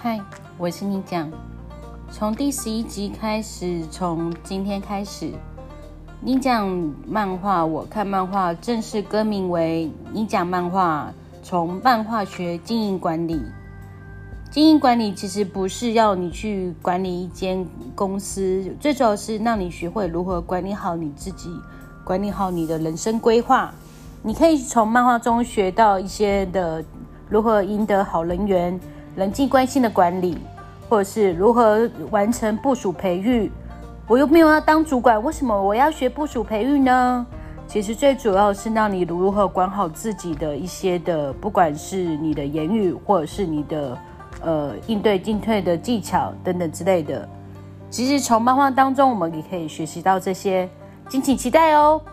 嗨，我是你讲。从第11集开始，从今天开始，你讲漫画，我看漫画正式更名为你讲漫画，从漫画学经营管理。经营管理其实不是要你去管理一间公司，最主要是让你学会如何管理好你自己，管理好你的人生规划。你可以从漫画中学到一些的如何赢得好人缘、人际关系的管理，或者是如何完成部属培育。我又没有要当主管，为什么我要学部属培育呢？其实最主要是让你如何管好自己的一些的，不管是你的言语，或者是你的应对进退的技巧等等之类的。其实从漫画当中，我们也可以学习到这些，敬请期待哦。